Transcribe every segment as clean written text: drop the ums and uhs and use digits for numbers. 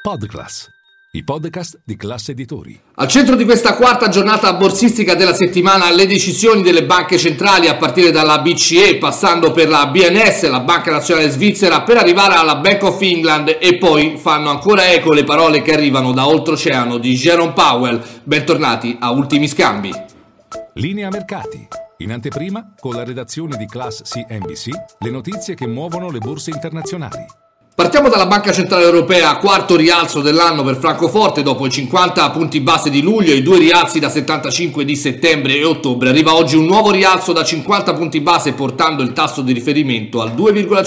Podclass, i podcast di Class Editori. Al centro di questa quarta giornata borsistica della settimana le decisioni delle banche centrali a partire dalla BCE, passando per la BNS, la Banca Nazionale Svizzera, per arrivare alla Bank of England, e poi fanno ancora eco le parole che arrivano da oltreoceano di Jerome Powell. Bentornati a Ultimi Scambi. Linea mercati. In anteprima, con la redazione di Class CNBC, le notizie che muovono le borse internazionali. Partiamo dalla Banca Centrale Europea, quarto rialzo dell'anno per Francoforte dopo i 50 punti base di luglio e i due rialzi da 75 di settembre e ottobre. Arriva oggi un nuovo rialzo da 50 punti base portando il tasso di riferimento al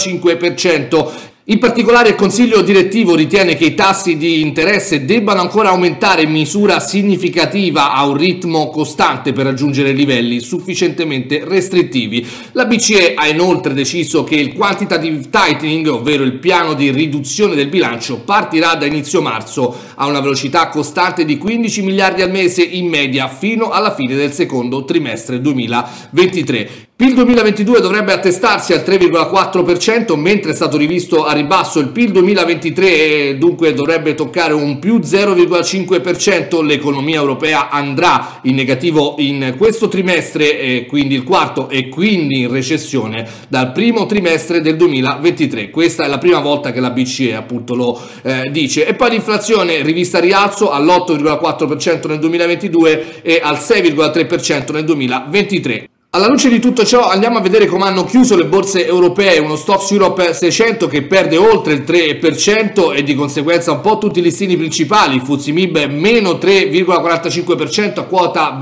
2,5%. In particolare il Consiglio direttivo ritiene che i tassi di interesse debbano ancora aumentare in misura significativa a un ritmo costante per raggiungere livelli sufficientemente restrittivi. La BCE ha inoltre deciso che il quantitative tightening, ovvero il piano di riduzione del bilancio, partirà da inizio marzo a una velocità costante di 15 miliardi al mese in media fino alla fine del secondo trimestre 2023. PIL 2022 dovrebbe attestarsi al 3,4%, mentre è stato rivisto a ribasso il PIL 2023 e dunque dovrebbe toccare un più 0,5%. L'economia europea andrà in negativo in questo trimestre, quindi il quarto, e quindi in recessione dal primo trimestre del 2023. Questa è la prima volta che la BCE appunto lo dice. E poi l'inflazione rivista a rialzo all'8,4% nel 2022 e al 6,3% nel 2023. Alla luce di tutto ciò andiamo a vedere come hanno chiuso le borse europee. Uno Stoxx Europe 600 che perde oltre il 3% e di conseguenza un po' tutti i listini principali. FTSE MIB meno 3,45% a quota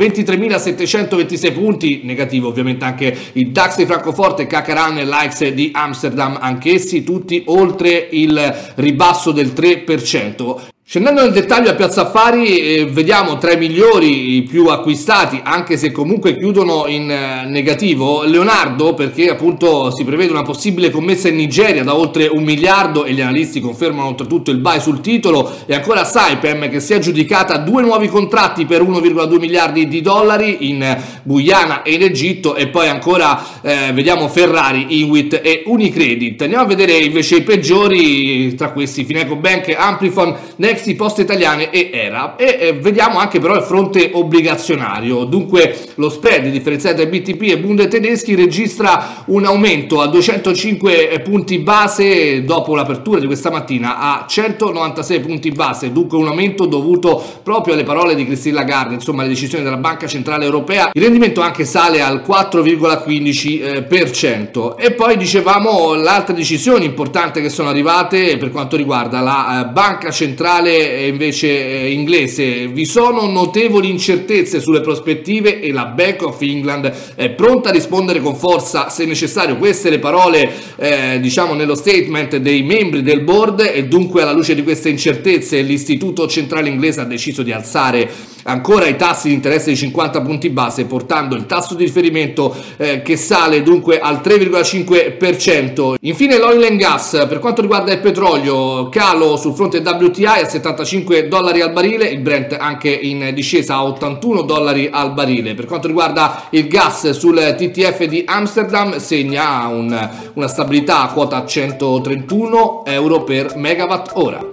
23.726 punti, negativo ovviamente anche il DAX di Francoforte, Kakaran e l'AEX di Amsterdam, anch'essi tutti oltre il ribasso del 3%. Scendendo nel dettaglio a Piazza Affari vediamo tra i migliori, i più acquistati, anche se comunque chiudono in negativo, Leonardo, perché appunto si prevede una possibile commessa in Nigeria da oltre 1 miliardo e gli analisti confermano oltretutto il buy sul titolo, e ancora Saipem che si è aggiudicata 2 nuovi contratti per 1,2 miliardi di dollari in Guyana e in Egitto, e poi ancora vediamo Ferrari, Inwit e Unicredit. Andiamo a vedere invece i peggiori, tra questi Fineco Bank, Amplifon, Nexi, Poste Italiane e ERA, e vediamo anche però il fronte obbligazionario. Dunque lo spread differenziato tra BTP e Bund tedeschi registra un aumento a 205 punti base dopo l'apertura di questa mattina a 196 punti base, dunque un aumento dovuto proprio alle parole di Christine Lagarde, insomma alle decisioni della Banca Centrale Europea. Il rendimento anche sale al 4,15%. E poi dicevamo le altre decisioni importanti che sono arrivate per quanto riguarda la Banca Centrale invece inglese. Vi sono notevoli incertezze sulle prospettive e la Bank of England è pronta a rispondere con forza se necessario. Queste le parole diciamo nello statement dei membri del board, e dunque alla luce di queste incertezze l'istituto centrale inglese ha deciso di alzare ancora i tassi di interesse di 50 punti base, portando il tasso di riferimento che sale dunque al 3,5%. Infine l'oil and gas, per quanto riguarda il petrolio, calo sul fronte WTI a $75 al barile, il Brent anche in discesa a $81 al barile. Per quanto riguarda il gas, sul TTF di Amsterdam segna una stabilità a quota 131 euro per megawatt ora.